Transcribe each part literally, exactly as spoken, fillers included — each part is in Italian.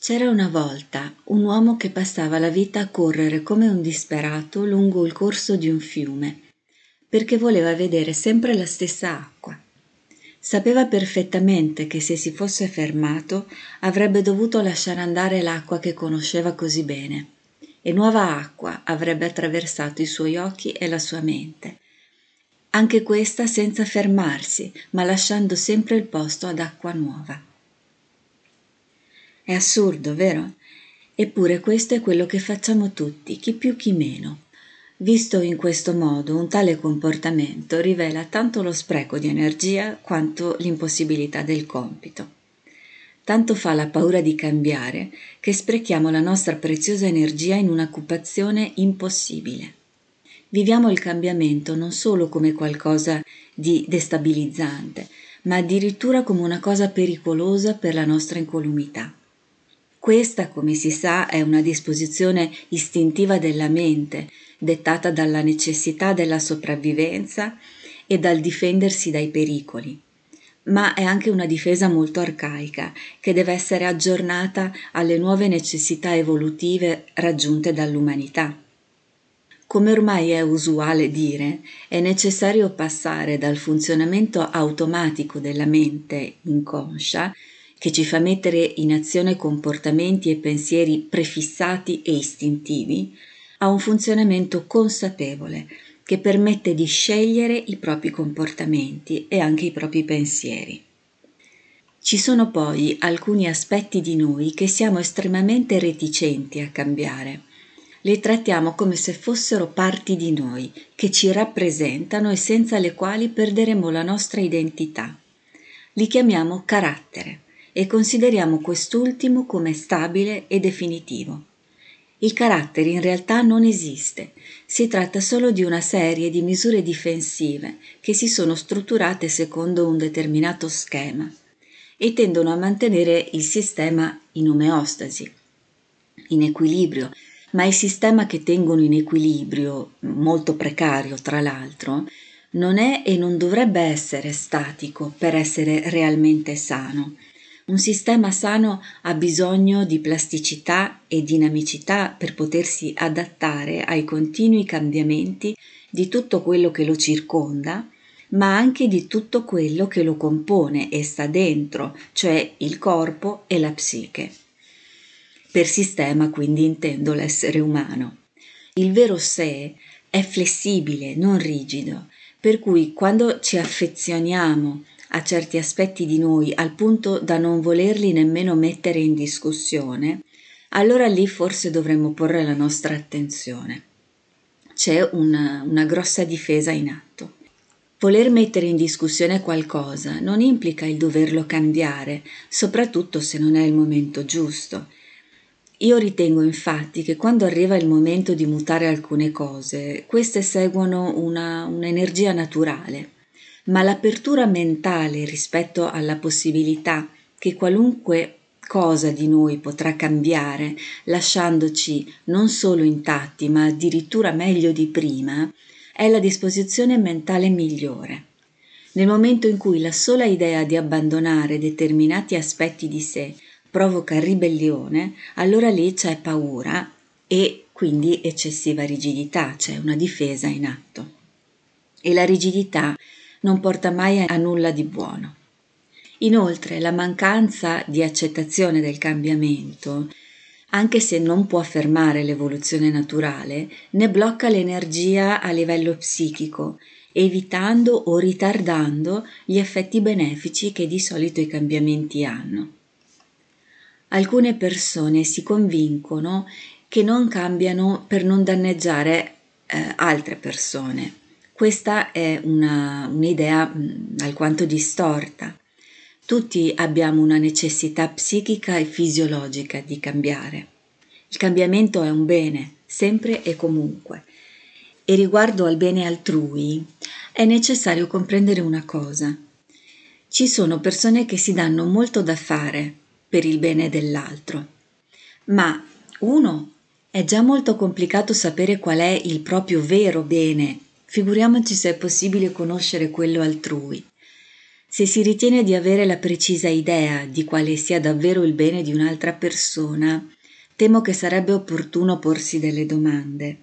C'era una volta un uomo che passava la vita a correre come un disperato lungo il corso di un fiume, perché voleva vedere sempre la stessa acqua. Sapeva perfettamente che se si fosse fermato avrebbe dovuto lasciare andare l'acqua che conosceva così bene, e nuova acqua avrebbe attraversato i suoi occhi e la sua mente. Anche questa senza fermarsi, ma lasciando sempre il posto ad acqua nuova. È assurdo, vero? Eppure questo è quello che facciamo tutti, chi più chi meno. Visto in questo modo, un tale comportamento rivela tanto lo spreco di energia quanto l'impossibilità del compito. Tanto fa la paura di cambiare che sprechiamo la nostra preziosa energia in un'occupazione impossibile. Viviamo il cambiamento non solo come qualcosa di destabilizzante, ma addirittura come una cosa pericolosa per la nostra incolumità. Questa, come si sa, è una disposizione istintiva della mente, dettata dalla necessità della sopravvivenza e dal difendersi dai pericoli. Ma è anche una difesa molto arcaica, che deve essere aggiornata alle nuove necessità evolutive raggiunte dall'umanità. Come ormai è usuale dire, è necessario passare dal funzionamento automatico della mente inconscia, che ci fa mettere in azione comportamenti e pensieri prefissati e istintivi, a un funzionamento consapevole, che permette di scegliere i propri comportamenti e anche i propri pensieri. Ci sono poi alcuni aspetti di noi che siamo estremamente reticenti a cambiare. Le trattiamo come se fossero parti di noi, che ci rappresentano e senza le quali perderemo la nostra identità. Li chiamiamo carattere e consideriamo quest'ultimo come stabile e definitivo. Il carattere in realtà non esiste, si tratta solo di una serie di misure difensive che si sono strutturate secondo un determinato schema e tendono a mantenere il sistema in omeostasi, in equilibrio, ma il sistema che tengono in equilibrio, molto precario tra l'altro, non è e non dovrebbe essere statico per essere realmente sano. Un sistema sano ha bisogno di plasticità e dinamicità per potersi adattare ai continui cambiamenti di tutto quello che lo circonda, ma anche di tutto quello che lo compone e sta dentro, cioè il corpo e la psiche. Per sistema quindi intendo l'essere umano. Il vero sé è flessibile, non rigido, per cui quando ci affezioniamo a certi aspetti di noi al punto da non volerli nemmeno mettere in discussione, allora lì forse dovremmo porre la nostra attenzione. C'è una, una grossa difesa in atto. Voler mettere in discussione qualcosa non implica il doverlo cambiare, soprattutto se non è il momento giusto. Io ritengo infatti che quando arriva il momento di mutare alcune cose, queste seguono una, un'energia naturale, ma l'apertura mentale rispetto alla possibilità che qualunque cosa di noi potrà cambiare, lasciandoci non solo intatti, ma addirittura meglio di prima, è la disposizione mentale migliore. Nel momento in cui la sola idea di abbandonare determinati aspetti di sé provoca ribellione, allora lì c'è paura e quindi eccessiva rigidità, c'è una difesa in atto. E la rigidità non porta mai a nulla di buono. Inoltre, la mancanza di accettazione del cambiamento, anche se non può fermare l'evoluzione naturale, ne blocca l'energia a livello psichico, evitando o ritardando gli effetti benefici che di solito i cambiamenti hanno. Alcune persone si convincono che non cambiano per non danneggiare eh, altre persone. Questa è una, un'idea mh, alquanto distorta. Tutti abbiamo una necessità psichica e fisiologica di cambiare. Il cambiamento è un bene, sempre e comunque. E riguardo al bene altrui, è necessario comprendere una cosa. Ci sono persone che si danno molto da fare per il bene dell'altro, ma uno, è già molto complicato sapere qual è il proprio vero bene, figuriamoci se è possibile conoscere quello altrui. Se si ritiene di avere la precisa idea di quale sia davvero il bene di un'altra persona, temo che sarebbe opportuno porsi delle domande.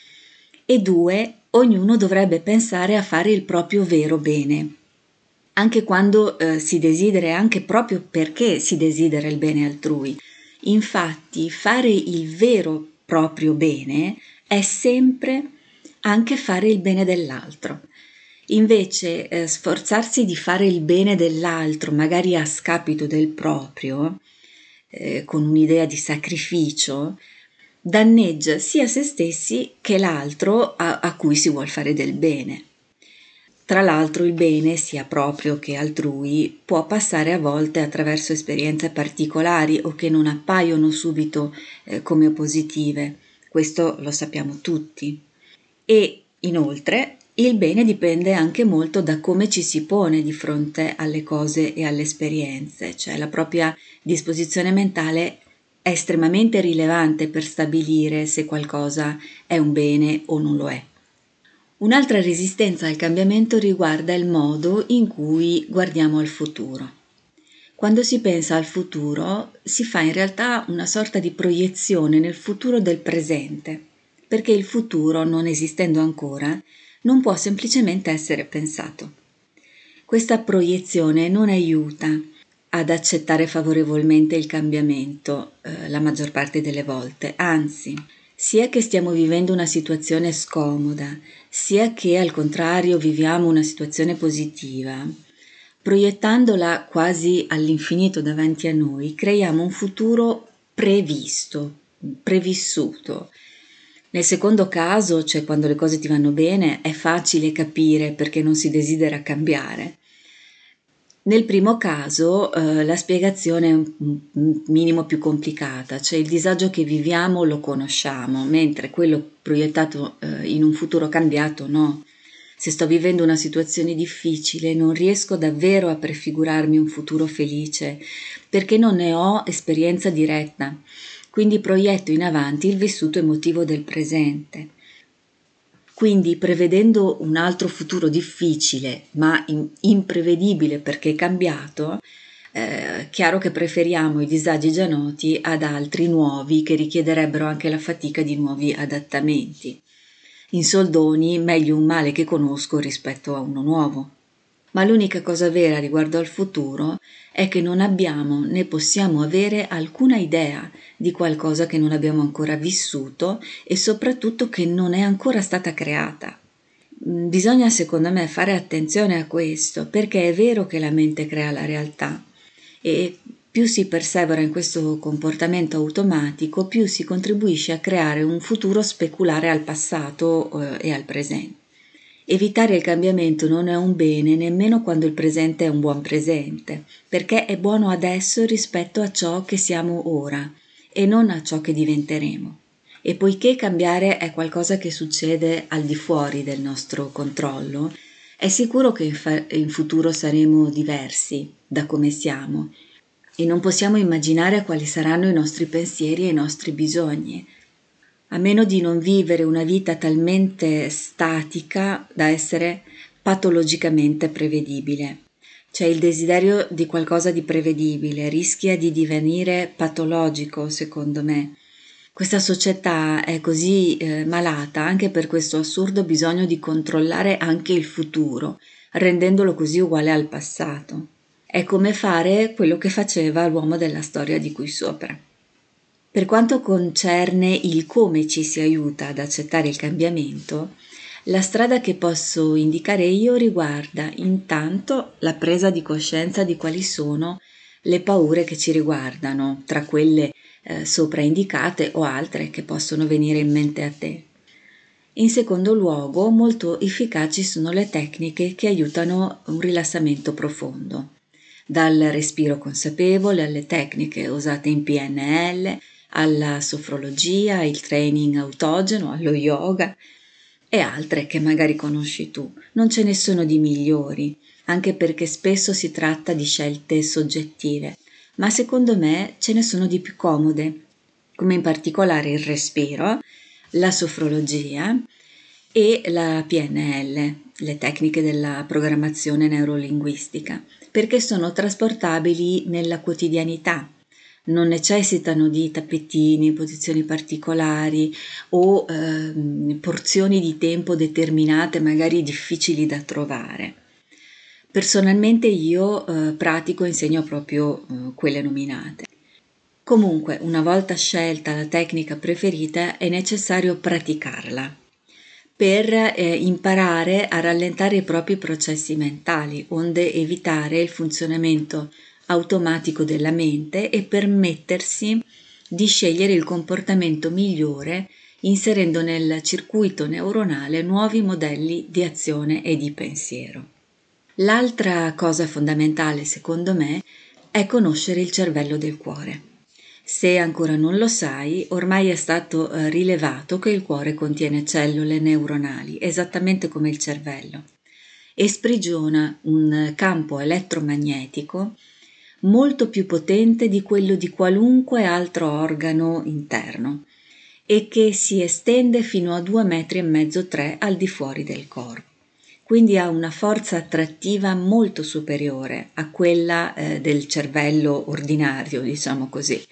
E due, ognuno dovrebbe pensare a fare il proprio vero bene, anche quando eh, si desidera e anche proprio perché si desidera il bene altrui. Infatti, fare il vero proprio bene è sempre anche fare il bene dell'altro. Invece, eh, sforzarsi di fare il bene dell'altro, magari a scapito del proprio, eh, con un'idea di sacrificio, danneggia sia se stessi che l'altro a, a cui si vuol fare del bene. Tra l'altro il bene, sia proprio che altrui, può passare a volte attraverso esperienze particolari o che non appaiono subito eh, come positive. Questo lo sappiamo tutti. E inoltre il bene dipende anche molto da come ci si pone di fronte alle cose e alle esperienze, cioè la propria disposizione mentale è estremamente rilevante per stabilire se qualcosa è un bene o non lo è. Un'altra resistenza al cambiamento riguarda il modo in cui guardiamo al futuro. Quando si pensa al futuro, si fa in realtà una sorta di proiezione nel futuro del presente, perché il futuro, non esistendo ancora, non può semplicemente essere pensato. Questa proiezione non aiuta ad accettare favorevolmente il cambiamento eh, la maggior parte delle volte, anzi, sia che stiamo vivendo una situazione scomoda, sia che al contrario viviamo una situazione positiva, proiettandola quasi all'infinito davanti a noi, creiamo un futuro previsto, previssuto. Nel secondo caso, cioè quando le cose ti vanno bene, è facile capire perché non si desidera cambiare. Nel primo caso eh, la spiegazione è un, un minimo più complicata, cioè il disagio che viviamo lo conosciamo, mentre quello proiettato eh, in un futuro cambiato no. Se sto vivendo una situazione difficile non riesco davvero a prefigurarmi un futuro felice perché non ne ho esperienza diretta, quindi proietto in avanti il vissuto emotivo del presente. Quindi prevedendo un altro futuro difficile ma in- imprevedibile perché cambiato, è chiaro che preferiamo i disagi già noti ad altri nuovi che richiederebbero anche la fatica di nuovi adattamenti. In soldoni, meglio un male che conosco rispetto a uno nuovo. Ma l'unica cosa vera riguardo al futuro è che non abbiamo né possiamo avere alcuna idea di qualcosa che non abbiamo ancora vissuto e soprattutto che non è ancora stata creata. Bisogna secondo me fare attenzione a questo perché è vero che la mente crea la realtà e più si persevera in questo comportamento automatico, più si contribuisce a creare un futuro speculare al passato eh, e al presente. Evitare il cambiamento non è un bene nemmeno quando il presente è un buon presente, perché è buono adesso rispetto a ciò che siamo ora e non a ciò che diventeremo. E poiché cambiare è qualcosa che succede al di fuori del nostro controllo, è sicuro che in, fa- in futuro saremo diversi da come siamo e non possiamo immaginare quali saranno i nostri pensieri e i nostri bisogni, a meno di non vivere una vita talmente statica da essere patologicamente prevedibile. Cioè il desiderio di qualcosa di prevedibile rischia di divenire patologico, secondo me. Questa società è così eh, malata anche per questo assurdo bisogno di controllare anche il futuro, rendendolo così uguale al passato. È come fare quello che faceva l'uomo della storia di qui sopra. Per quanto concerne il come ci si aiuta ad accettare il cambiamento, la strada che posso indicare io riguarda intanto la presa di coscienza di quali sono le paure che ci riguardano, tra quelle eh, sopra indicate o altre che possono venire in mente a te. In secondo luogo, molto efficaci sono le tecniche che aiutano un rilassamento profondo, dal respiro consapevole alle tecniche usate in P N L, alla sofrologia, il training autogeno, allo yoga e altre che magari conosci tu. Non ce ne sono di migliori, anche perché spesso si tratta di scelte soggettive, ma secondo me ce ne sono di più comode, come in particolare il respiro, la sofrologia e la P N L, le tecniche della programmazione neurolinguistica, perché sono trasportabili nella quotidianità. Non necessitano di tappetini, posizioni particolari o eh, porzioni di tempo determinate, magari difficili da trovare. Personalmente io eh, pratico e insegno proprio eh, quelle nominate. Comunque, una volta scelta la tecnica preferita, è necessario praticarla per eh, imparare a rallentare i propri processi mentali, onde evitare il funzionamento automatico della mente e permettersi di scegliere il comportamento migliore inserendo nel circuito neuronale nuovi modelli di azione e di pensiero. L'altra cosa fondamentale, secondo me, è conoscere il cervello del cuore. Se ancora non lo sai, ormai è stato eh, rilevato che il cuore contiene cellule neuronali, esattamente come il cervello, e sprigiona un campo elettromagnetico molto più potente di quello di qualunque altro organo interno e che si estende fino a due metri e mezzo, tre al di fuori del corpo. Quindi ha una forza attrattiva molto superiore a quella eh, del cervello ordinario, diciamo così.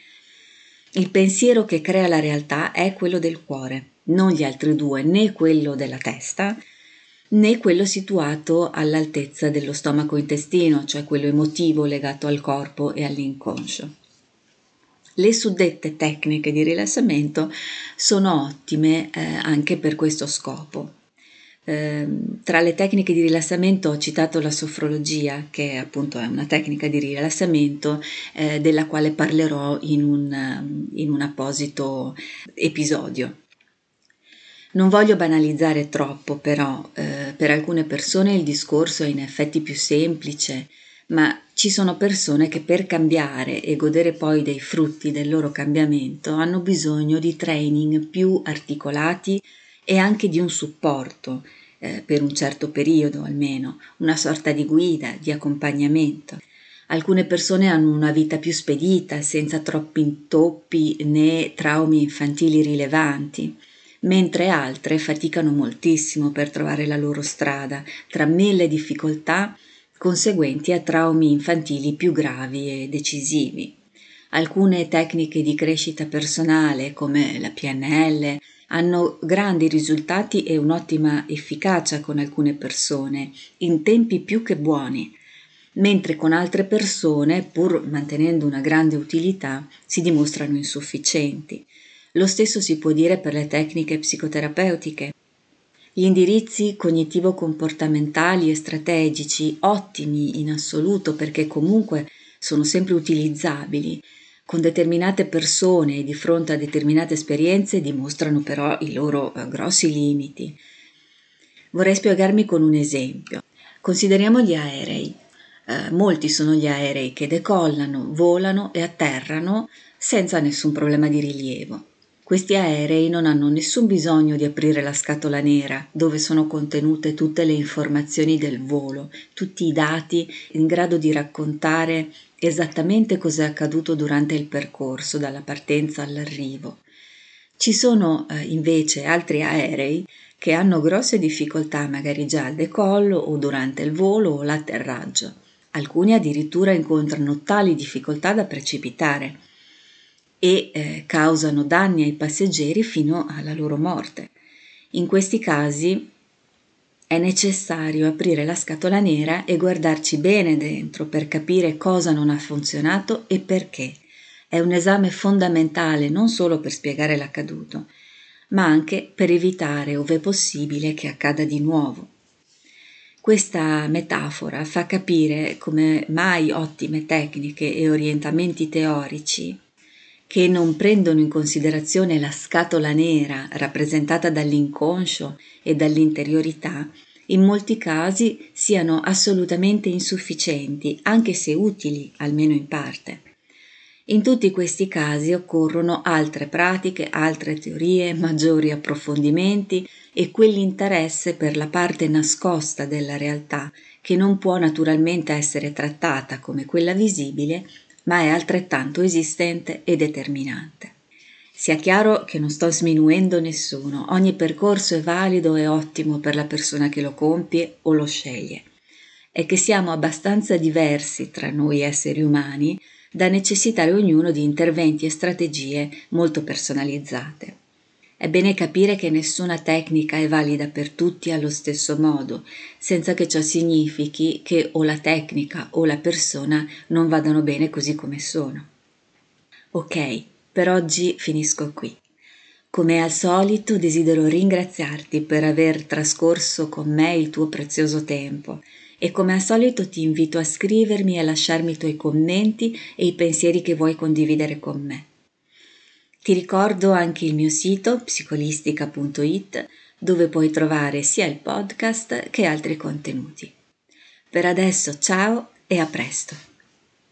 Il pensiero che crea la realtà è quello del cuore, non gli altri due, né quello della testa, né quello situato all'altezza dello stomaco-intestino, cioè quello emotivo legato al corpo e all'inconscio. Le suddette tecniche di rilassamento sono ottime eh, anche per questo scopo. Eh, tra le tecniche di rilassamento ho citato la sofrologia, che appunto è una tecnica di rilassamento eh, della quale parlerò in un, in un apposito episodio. Non voglio banalizzare troppo, però eh, per alcune persone il discorso è in effetti più semplice, ma ci sono persone che per cambiare e godere poi dei frutti del loro cambiamento hanno bisogno di training più articolati e anche di un supporto, eh, per un certo periodo almeno, una sorta di guida, di accompagnamento. Alcune persone hanno una vita più spedita, senza troppi intoppi né traumi infantili rilevanti, mentre altre faticano moltissimo per trovare la loro strada, tra mille difficoltà conseguenti a traumi infantili più gravi e decisivi. Alcune tecniche di crescita personale, come la P N L, hanno grandi risultati e un'ottima efficacia con alcune persone, in tempi più che buoni, mentre con altre persone, pur mantenendo una grande utilità, si dimostrano insufficienti. Lo stesso si può dire per le tecniche psicoterapeutiche. Gli indirizzi cognitivo-comportamentali e strategici, ottimi in assoluto perché comunque sono sempre utilizzabili, con determinate persone e di fronte a determinate esperienze dimostrano però i loro eh, grossi limiti. Vorrei spiegarmi con un esempio. Consideriamo gli aerei. Eh, molti sono gli aerei che decollano, volano e atterrano senza nessun problema di rilievo. Questi aerei non hanno nessun bisogno di aprire la scatola nera dove sono contenute tutte le informazioni del volo, tutti i dati in grado di raccontare esattamente cosa è accaduto durante il percorso, dalla partenza all'arrivo. Ci sono eh, invece altri aerei che hanno grosse difficoltà magari già al decollo o durante il volo o l'atterraggio. Alcuni addirittura incontrano tali difficoltà da precipitare e eh, causano danni ai passeggeri fino alla loro morte. In questi casi è necessario aprire la scatola nera e guardarci bene dentro per capire cosa non ha funzionato e perché. È un esame fondamentale non solo per spiegare l'accaduto, ma anche per evitare, ove possibile, che accada di nuovo. Questa metafora fa capire come mai ottime tecniche e orientamenti teorici che non prendono in considerazione la scatola nera rappresentata dall'inconscio e dall'interiorità, in molti casi siano assolutamente insufficienti, anche se utili, almeno in parte. In tutti questi casi occorrono altre pratiche, altre teorie, maggiori approfondimenti e quell'interesse per la parte nascosta della realtà, che non può naturalmente essere trattata come quella visibile, ma è altrettanto esistente e determinante. Sia chiaro che non sto sminuendo nessuno, ogni percorso è valido e ottimo per la persona che lo compie o lo sceglie. è che siamo abbastanza diversi tra noi esseri umani da necessitare ognuno di interventi e strategie molto personalizzate. È bene capire che nessuna tecnica è valida per tutti allo stesso modo, senza che ciò significhi che o la tecnica o la persona non vadano bene così come sono. Ok, per oggi finisco qui. Come al solito desidero ringraziarti per aver trascorso con me il tuo prezioso tempo e come al solito ti invito a scrivermi e a lasciarmi i tuoi commenti e i pensieri che vuoi condividere con me. Ti ricordo anche il mio sito psicolistica punto it dove puoi trovare sia il podcast che altri contenuti. Per adesso ciao e a presto!